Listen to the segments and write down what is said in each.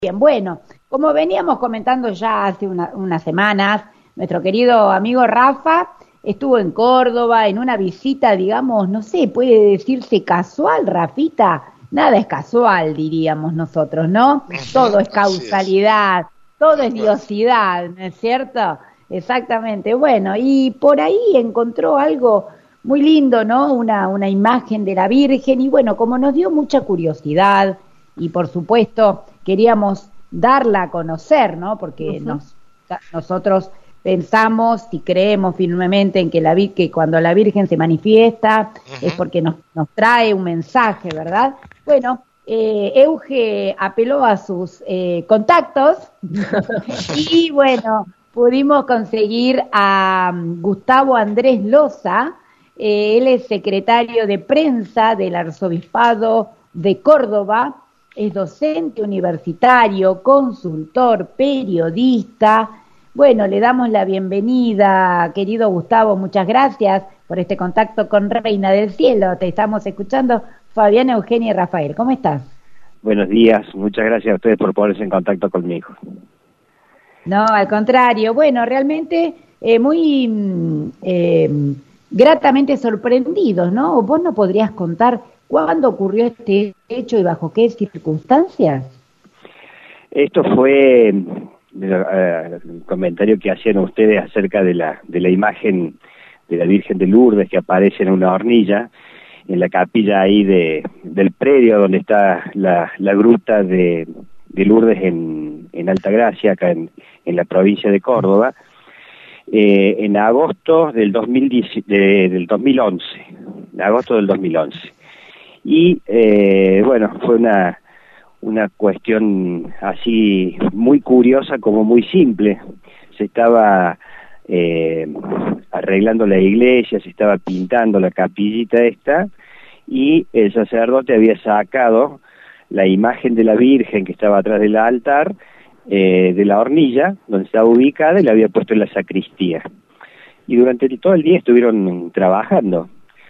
Bien, bueno, como veníamos comentando ya hace unas semanas, nuestro querido amigo Rafa estuvo en Córdoba en una visita, digamos, no sé, puede decirse casual, Rafita. Nada es casual, diríamos nosotros, ¿no? Todo es Así es, causalidad, todo tal es cual. diosidad, ¿no es cierto? Exactamente. Bueno, y por ahí encontró algo muy lindo, ¿no? Una imagen de la Virgen y bueno, como nos dio mucha curiosidad y por supuesto queríamos darla a conocer, ¿no? Porque Ujú. nosotros pensamos y creemos firmemente en que, que cuando la Virgen se manifiesta es Ujú. porque nos trae un mensaje, ¿verdad? Bueno, Euge apeló a sus contactos y bueno, pudimos conseguir a Gustavo Andrés Loza. Él es secretario de prensa del Arzobispado de Córdoba, es docente universitario, consultor, periodista. Bueno, le damos la bienvenida, querido Gustavo, muchas gracias por este contacto con Reina del Cielo. Te estamos escuchando, Fabiana, Eugenia y Rafael. ¿Cómo estás? Buenos días, muchas gracias a ustedes por ponerse en contacto conmigo. No, al contrario. Bueno, realmente muy gratamente sorprendidos, ¿no? ¿Vos no podrías contar cuándo ocurrió este hecho y bajo qué circunstancias? Esto fue el comentario que hacían ustedes acerca de la imagen de la Virgen de Lourdes que aparece en una hornilla, en la capilla ahí del predio donde está la gruta de Lourdes en Altagracia, acá en la provincia de Córdoba, en agosto del 2010, del 2011, en agosto del 2011. Y bueno, fue una cuestión así muy curiosa como muy simple. Se estaba arreglando la iglesia, se estaba pintando la capillita esta, y el sacerdote había sacado la imagen de la Virgen que estaba atrás del altar, de la hornilla, donde estaba ubicada, y la había puesto en la sacristía. Y durante todo el día estuvieron trabajando.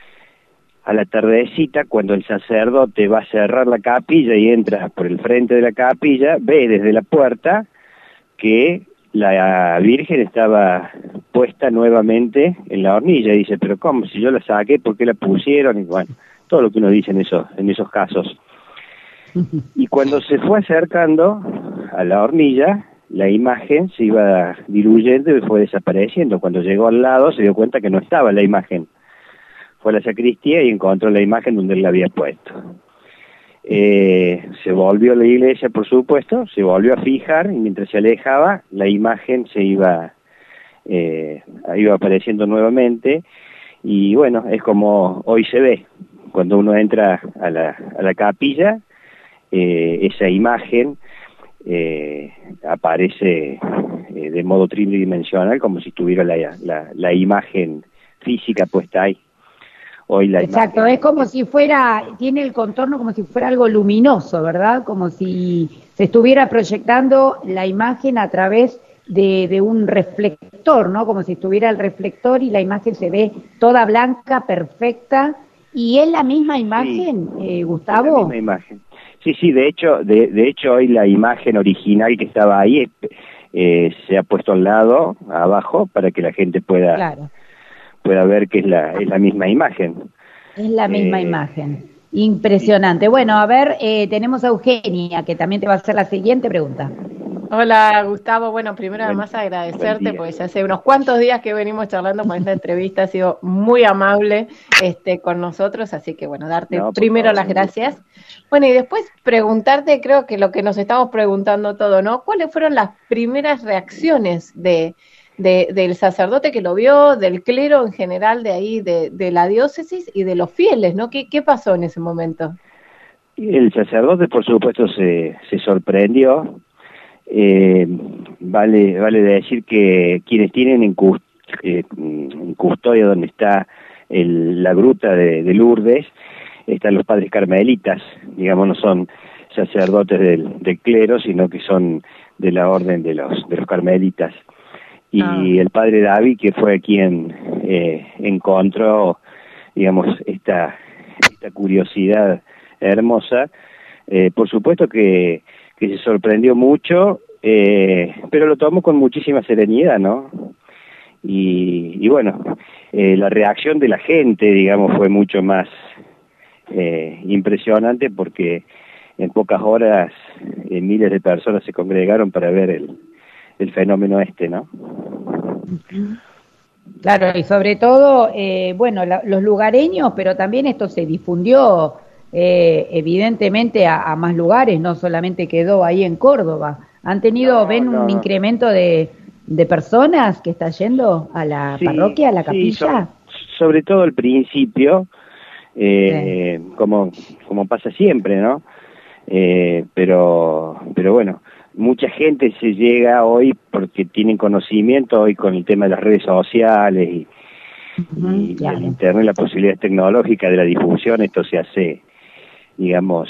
A la tardecita, cuando el sacerdote va a cerrar la capilla y entra por el frente de la capilla, ve desde la puerta que la Virgen estaba puesta nuevamente en la hornilla. Y dice, pero ¿cómo? Si yo la saqué, ¿por qué la pusieron? Y bueno, todo lo que uno dice en esos casos. Y cuando se fue acercando a la hornilla, la imagen se iba diluyendo y fue desapareciendo. Cuando llegó al lado se dio cuenta que no estaba la imagen. Fue a la sacristía y encontró la imagen donde él la había puesto. Se volvió a la iglesia, por supuesto, se volvió a fijar y mientras se alejaba, la imagen se iba apareciendo nuevamente. Y bueno, es como hoy se ve. Cuando uno entra a la capilla, esa imagen aparece de modo tridimensional, como si tuviera la imagen física puesta ahí. Hoy la Exacto, imagen... es como si fuera, tiene el contorno como si fuera algo luminoso, ¿verdad? Como si se estuviera proyectando la imagen a través de un reflector, ¿no? Como si estuviera el reflector y la imagen se ve toda blanca, perfecta. ¿Y es la misma Sí, imagen, es la misma Gustavo? imagen. Sí, sí, de hecho hoy la imagen original que estaba ahí se ha puesto al lado, abajo, para que la gente Claro. pueda ver que es la misma imagen. Es la misma Eh, imagen. sí, Impresionante. Bueno, a ver, tenemos a Eugenia, que también te va a hacer la siguiente pregunta. Hola Gustavo, bueno, primero además buen agradecerte día. porque ya hace unos cuantos días que venimos charlando con esta entrevista, ha sido muy amable con nosotros, así que bueno, darte No, por primero favor, las un gusto. gracias. Bueno, y después preguntarte, creo que lo que nos estamos preguntando todo, ¿no? ¿Cuáles fueron las primeras reacciones del sacerdote que lo vio, del clero en general de ahí, de la diócesis y de los fieles, ¿no? ¿Qué pasó en ese momento? Y el sacerdote, por supuesto, se sorprendió. Eh, vale decir que quienes tienen en custodia donde está la gruta de Lourdes, están los padres carmelitas, digamos, no son sacerdotes del clero, sino que son de la orden de los carmelitas. Ah, Y el padre David, que fue quien encontró, digamos, esta curiosidad hermosa, por supuesto que que se sorprendió mucho, pero lo tomó con muchísima serenidad, ¿no? Y bueno, la reacción de la gente, digamos, fue mucho más impresionante, porque en pocas horas miles de personas se congregaron para ver el fenómeno ¿no? Claro, y sobre todo, bueno, los lugareños, pero también esto se difundió evidentemente a más lugares, no solamente quedó ahí en Córdoba. ¿Han tenido, ven un incremento de personas que está yendo a la parroquia, a la capilla? Sobre todo al principio, como pasa siempre, ¿no? Pero bueno, mucha gente se llega hoy porque tienen conocimiento hoy con el tema de las redes sociales y el internet, la posibilidad tecnológica de la difusión. Esto se hace, digamos,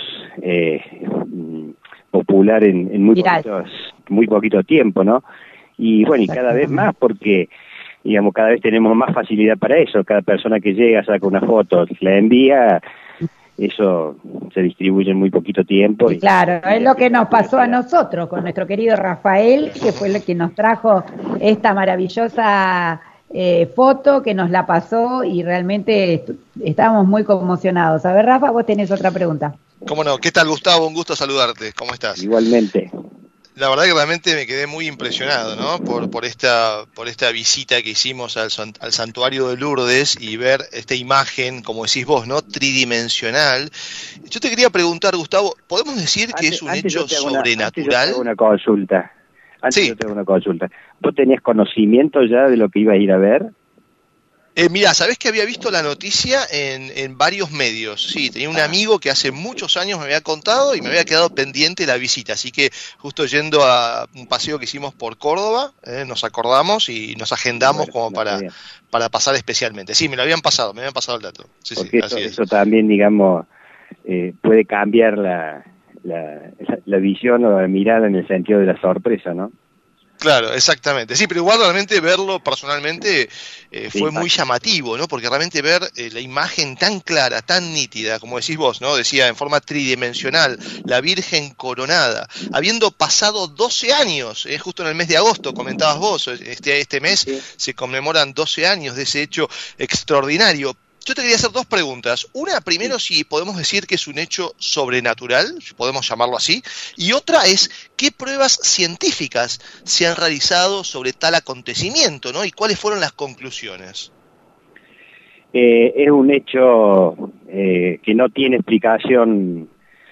popular en muy poquito tiempo, ¿no? Y bueno, y cada vez más, porque digamos, cada vez tenemos más facilidad para eso. Cada persona que llega saca una foto, la envía, eso se distribuye en muy poquito tiempo. Claro, es lo que nos pasó a nosotros con nuestro querido Rafael, que fue el que nos trajo esta maravillosa foto, que nos la pasó, y realmente estábamos muy conmocionados. A ver, Rafa, vos tenés otra pregunta. ¿Cómo no? ¿Qué tal, Gustavo? Un gusto saludarte. ¿Cómo estás? Igualmente. La verdad que realmente me quedé muy impresionado, ¿no? Por esta visita que hicimos al santuario de Lourdes y ver esta imagen, como decís vos, ¿no? Tridimensional. Yo te quería preguntar, Gustavo, ¿podemos decir que es un hecho sobrenatural? Antes yo te hago una consulta. Sí. Yo te hago una consulta. ¿Vos tenías conocimiento ya de lo que ibas a ir a ver? Mirá, ¿sabés que había visto la noticia en varios medios? Sí, tenía un amigo que hace muchos años me había contado y me había quedado pendiente la visita, así que justo yendo a un paseo que hicimos por Córdoba, nos acordamos y nos agendamos como para pasar especialmente. Sí, me habían pasado el dato. Sí, porque sí, eso también, digamos, puede cambiar la visión o la mirada en el sentido de la sorpresa, ¿no? Claro, exactamente. Sí, pero igual realmente verlo personalmente fue muy llamativo, ¿no? Porque realmente ver la imagen tan clara, tan nítida, como decís vos, ¿no? Decía, en forma tridimensional, la Virgen coronada, habiendo pasado 12 años, justo en el mes de agosto, comentabas vos, este mes se conmemoran 12 años de ese hecho extraordinario. Yo te quería hacer dos preguntas. Una, primero, si podemos decir que es un hecho sobrenatural, si podemos llamarlo así, y otra es, ¿qué pruebas científicas se han realizado sobre tal acontecimiento, ¿no? ¿Y cuáles fueron las conclusiones? Es un hecho que no tiene explicación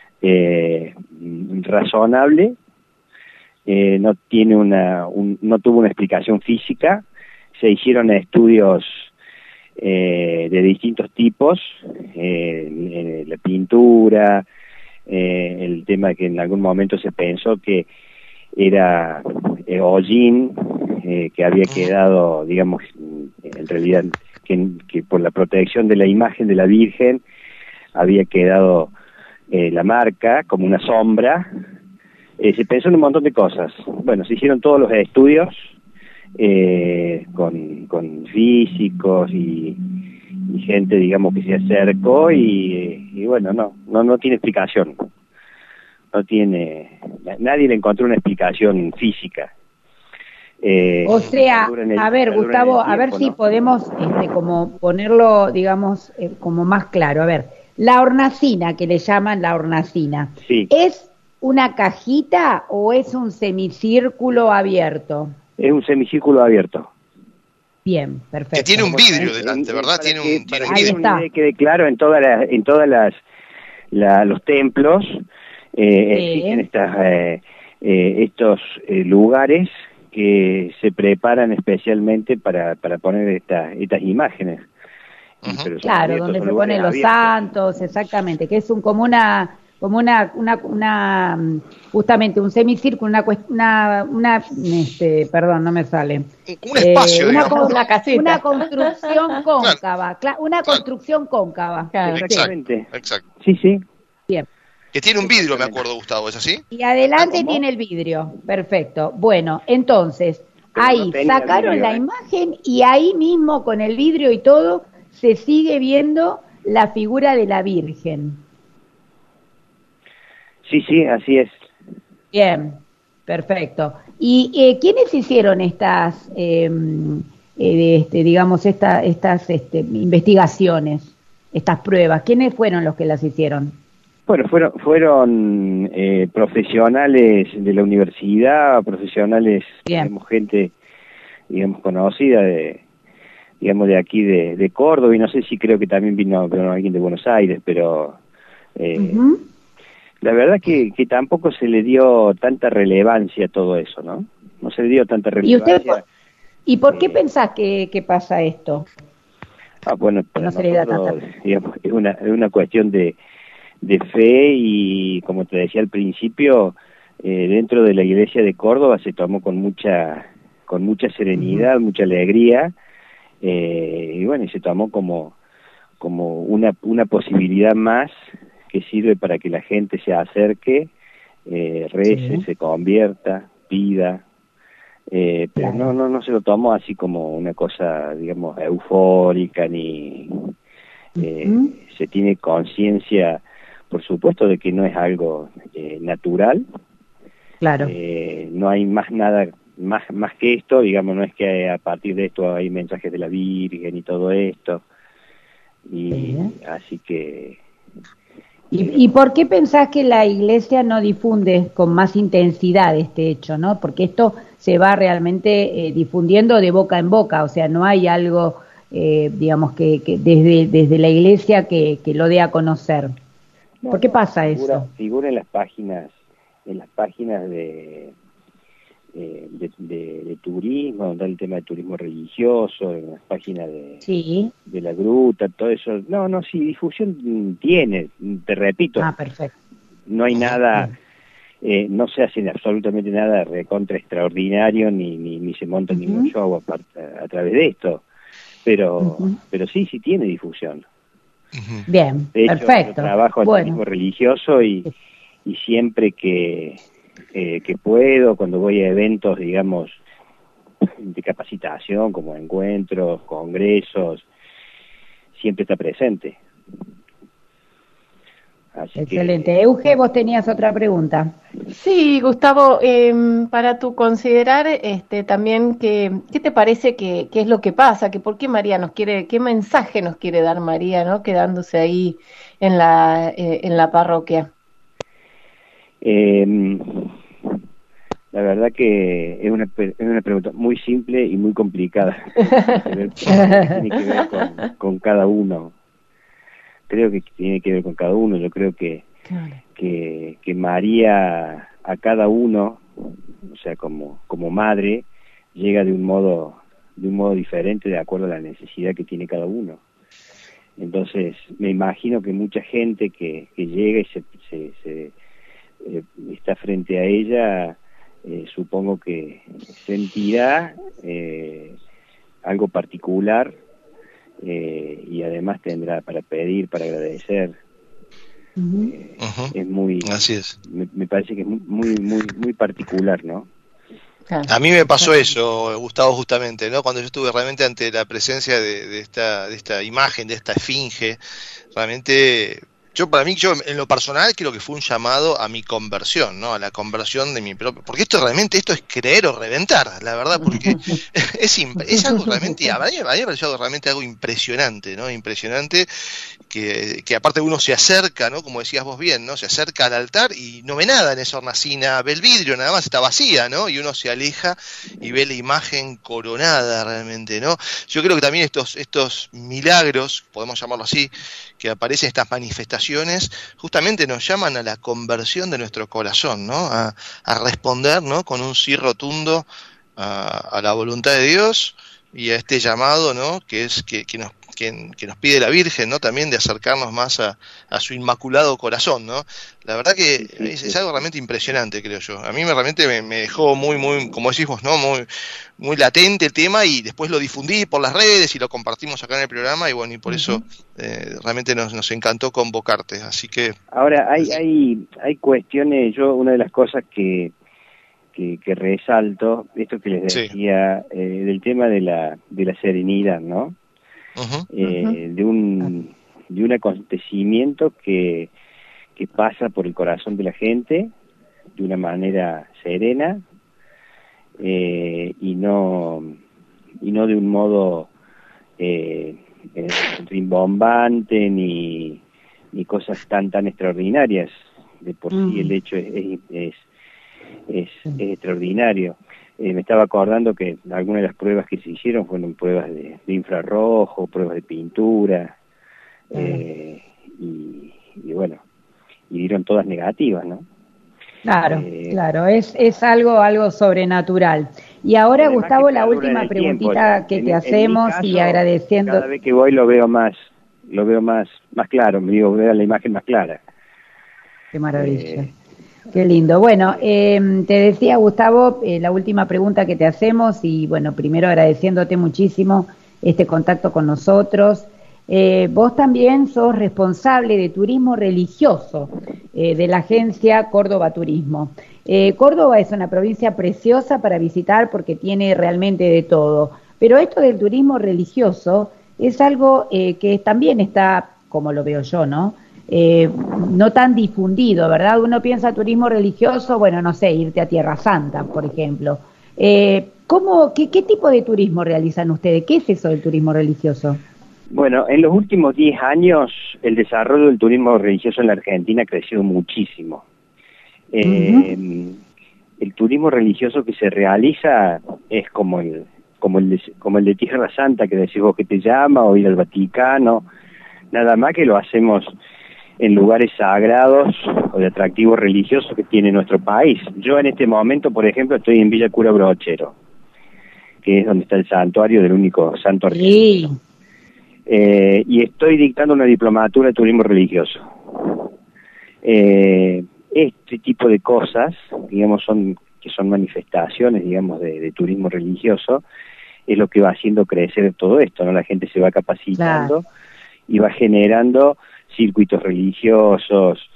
razonable, no tuvo una explicación física. Se hicieron estudios de distintos tipos, la pintura, el tema que en algún momento se pensó que era hollín, que había quedado, digamos, en realidad que por la protección de la imagen de la Virgen había quedado la marca como una sombra. Se pensó en un montón de cosas. Bueno, se hicieron todos los estudios con físicos y gente, digamos, que se acercó y bueno, no tiene explicación. Nadie le encontró una explicación física. O sea, a ver, Gustavo, a ver si podemos como ponerlo, digamos, como más claro. A ver, la hornacina, que le llaman la hornacina, sí. ¿Es una cajita o es un semicírculo abierto? Es un semicírculo abierto. Bien, perfecto. Que tiene un vidrio delante, ¿verdad? Tiene un vidrio. Está. Que quede claro, en todas los templos existen estos lugares que se preparan especialmente para poner estas imágenes. Uh-huh. Claro, donde se ponen los santos, exactamente, que es como una justamente un semicírculo, perdón, no me sale. Un espacio, una caseta. Una construcción cóncava, una construcción cóncava. Claro. Exacto. Sí. Bien. Que tiene un vidrio, me acuerdo, Gustavo, ¿es así? Y adelante tiene el vidrio, perfecto. Bueno, entonces, ahí sacaron la imagen y ahí mismo con el vidrio y todo se sigue viendo la figura de la Virgen. Sí, así es. Bien, perfecto. ¿Y quiénes hicieron estas, digamos, estas investigaciones, estas pruebas? ¿Quiénes fueron los que las hicieron? Bueno, fueron profesionales de la universidad, profesionales, digamos, gente, digamos, conocida digamos, de aquí de Córdoba, y no sé si creo que también vino alguien de Buenos Aires, pero la verdad que tampoco se le dio tanta relevancia a todo eso, ¿no? No se le dio tanta relevancia. ¿Y por qué pensás que pasa esto? Bueno, para nosotros, digamos, es una cuestión de fe, y como te decía al principio, dentro de la iglesia de Córdoba se tomó con mucha serenidad, mucha alegría, y bueno, y se tomó como una posibilidad más que sirve para que la gente se acerque, rece, se convierta, pida, pero no se lo tomó así como una cosa, digamos, eufórica, ni se tiene conciencia, por supuesto, de que no es algo natural. Claro. No hay más nada más que esto, digamos, no es que a partir de esto hay mensajes de la Virgen y todo esto, y así que... ¿Y por qué pensás que la Iglesia no difunde con más intensidad este hecho, no? Porque esto se va realmente difundiendo de boca en boca, o sea, no hay algo, digamos, que desde la Iglesia que lo dé a conocer. ¿Por qué pasa eso? Figura en las páginas de turismo, donde está el tema de turismo religioso, en las páginas de la gruta, todo eso. Sí, difusión tiene, te repito. Perfecto. No hay nada, no se hace absolutamente nada recontra extraordinario, ni se monta ningún show a través de esto, pero sí tiene difusión. Bien, de hecho, perfecto. Yo trabajo en turismo religioso y siempre que puedo, cuando voy a eventos, digamos, de capacitación, como encuentros, congresos, siempre está presente. Así excelente. Euge, vos tenías otra pregunta. Sí, Gustavo, para tu considerar también ¿qué te parece que es lo que pasa? Que por qué María qué mensaje nos quiere dar María, ¿no? Quedándose ahí en la parroquia. La verdad que es una pregunta muy simple y muy complicada. Tiene que ver con cada uno. Creo que tiene que ver con cada uno. Yo creo que María a cada uno, o sea, como madre, llega de un modo diferente de acuerdo a la necesidad que tiene cada uno. Entonces, me imagino que mucha gente que llega y se está frente a ella, supongo que sentirá algo particular, y además tendrá para pedir, para agradecer. Es muy, así es. Me parece que es muy particular, ¿no? A mí me pasó eso, Gustavo, justamente, ¿no? Cuando yo estuve realmente ante la presencia de esta imagen, de esta esfinge, realmente yo en lo personal creo que fue un llamado a mi conversión, ¿no? A la conversión de mi propio, porque esto es creer o reventar, la verdad, porque es algo realmente, a mí me pareció realmente algo impresionante, ¿no? Impresionante, que aparte uno se acerca, ¿no? Como decías vos bien, ¿no? Se acerca al altar y no ve nada en esa hornacina, ve el vidrio, nada más está vacía, ¿no? Y uno se aleja y ve la imagen coronada realmente, ¿no? Yo creo que también estos milagros, podemos llamarlo así, que aparecen, estas manifestaciones, justamente nos llaman a la conversión de nuestro corazón, ¿no? A responder, ¿no? Con un sí rotundo a la voluntad de Dios y a este llamado, ¿no? Que nos pide la Virgen, ¿no? También de acercarnos más a su inmaculado corazón, ¿no? La verdad que es algo realmente impresionante, creo yo. A mí realmente me dejó muy, como decís vos, ¿no? Muy latente el tema, y después lo difundí por las redes y lo compartimos acá en el programa, y bueno, y por eso realmente nos encantó convocarte, así que... Ahora, hay cuestiones, una de las cosas que resalto, esto que les decía, del tema de la serenidad, ¿no? De un acontecimiento que pasa por el corazón de la gente, de una manera serena y no de un modo rimbombante ni cosas tan extraordinarias. De por sí el hecho es extraordinario. Me estaba acordando que algunas de las pruebas que se hicieron fueron pruebas de infrarrojo, pruebas de pintura, y bueno, y dieron todas negativas, ¿no? Claro, claro, es algo sobrenatural. Y ahora, Gustavo, la última preguntita que te hacemos, y agradeciendo. Cada vez que voy lo veo más claro, me digo, veo la imagen más clara. Qué maravilla. Qué lindo. Bueno, te decía, Gustavo, la última pregunta que te hacemos, y bueno, primero agradeciéndote muchísimo este contacto con nosotros. Vos también sos responsable de turismo religioso de la agencia Córdoba Turismo. Córdoba es una provincia preciosa para visitar porque tiene realmente de todo, pero esto del turismo religioso es algo que también está, como lo veo yo, ¿no? No tan difundido, ¿verdad? Uno piensa turismo religioso, bueno, no sé, irte a Tierra Santa, por ejemplo. ¿Qué tipo de turismo realizan ustedes? ¿Qué es eso del turismo religioso? Bueno, en los últimos 10 años el desarrollo del turismo religioso en la Argentina ha crecido muchísimo. El turismo religioso que se realiza es como el de Tierra Santa, que decís vos que te llama, o ir al Vaticano, nada más que lo hacemos en lugares sagrados o de atractivos religiosos que tiene nuestro país. Yo en este momento, por ejemplo, estoy en Villa Cura Brochero, que es donde está el santuario del único santo argentino. Sí. Y estoy dictando una diplomatura de turismo religioso. Este tipo de cosas, digamos, son manifestaciones, digamos, de turismo religioso, es lo que va haciendo crecer todo esto, ¿no? La gente se va capacitando, claro, y va generando circuitos religiosos,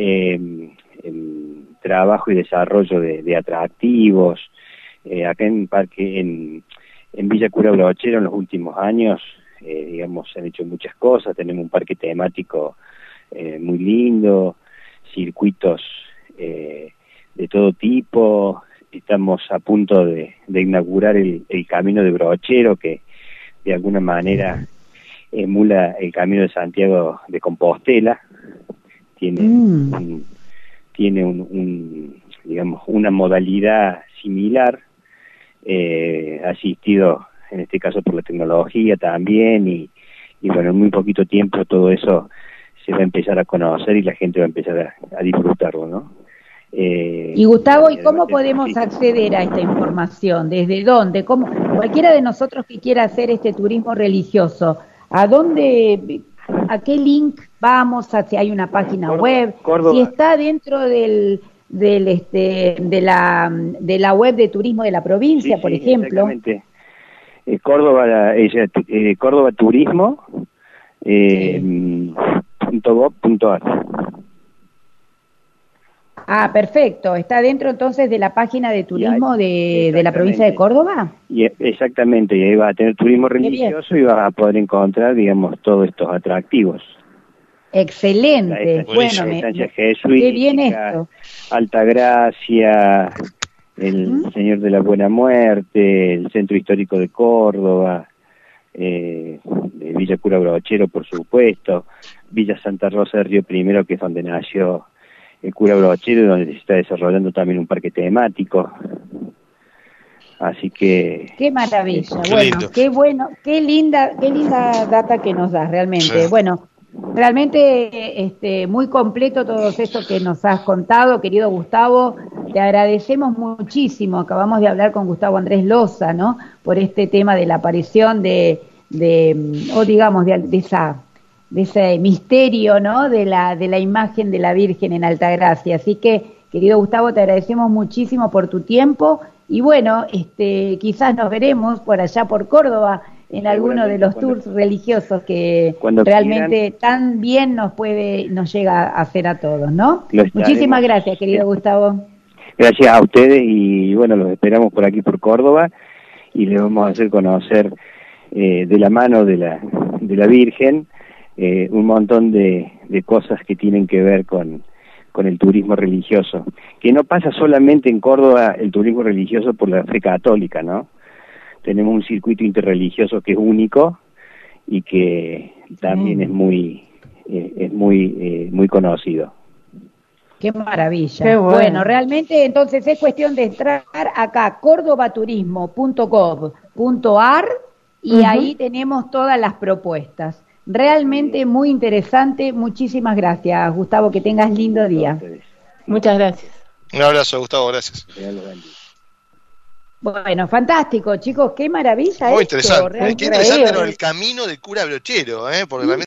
trabajo y desarrollo de atractivos. Acá en Villa Cura Brochero en los últimos años, digamos, se han hecho muchas cosas. Tenemos un parque temático muy lindo, circuitos de todo tipo. Estamos a punto de inaugurar el Camino de Brochero, que de alguna manera emula el Camino de Santiago de Compostela. Tiene digamos, una modalidad similar, asistido en este caso por la tecnología también, y bueno, en muy poquito tiempo todo eso se va a empezar a conocer y la gente va a empezar a disfrutarlo, ¿no? Y Gustavo, ¿y cómo podemos acceder a esta información? ¿Desde dónde? ¿Cómo? Cualquiera de nosotros que quiera hacer este turismo religioso, ¿a dónde, a qué link vamos? Si hay una página web, Córdoba. Si está dentro de la web de turismo de la provincia, por ejemplo. Exactamente. Córdoba Turismo .gov.ar. Ah, perfecto. ¿Está dentro entonces de la página de turismo de la provincia de Córdoba? Exactamente, y ahí va a tener turismo religioso y va a poder encontrar, digamos, todos estos atractivos. Excelente. Bueno, estancia jesuítica, qué bien esto. Altagracia, el Señor de la Buena Muerte, el Centro Histórico de Córdoba, de Villa Cura Brochero, por supuesto, Villa Santa Rosa de Río Primero, que es donde nació el cura Brochero, donde se está desarrollando también un parque temático. Así que... Qué maravilla, bueno, qué linda data que nos das realmente. Sí. Bueno, realmente muy completo todo esto que nos has contado, querido Gustavo. Te agradecemos muchísimo. Acabamos de hablar con Gustavo Andrés Loza, ¿no? Por este tema de la aparición de ese misterio, ¿no? De la imagen de la Virgen en Altagracia. Así que, querido Gustavo, te agradecemos muchísimo por tu tiempo y bueno, quizás nos veremos por allá por Córdoba en alguno de los tours religiosos que realmente tan bien nos llega a hacer a todos, ¿no? Muchísimas gracias, querido Gustavo. Gracias a ustedes y bueno, los esperamos por aquí por Córdoba y les vamos a hacer conocer de la mano de la Virgen un montón de cosas que tienen que ver con con el turismo religioso, que no pasa solamente en Córdoba el turismo religioso por la fe católica, ¿no? Tenemos un circuito interreligioso que es único y que también es muy conocido. Qué maravilla. Qué Bueno, realmente entonces es cuestión de entrar acá, cordobaturismo.gov.ar y ahí tenemos todas las propuestas. Realmente muy interesante. Muchísimas gracias, Gustavo. Que tengas lindo día. Muchas gracias. Un abrazo, Gustavo, gracias. Bueno, fantástico, chicos. Qué maravilla. Muy interesante. Realmente. Qué interesante, ¿no? El camino del cura Brochero, porque realmente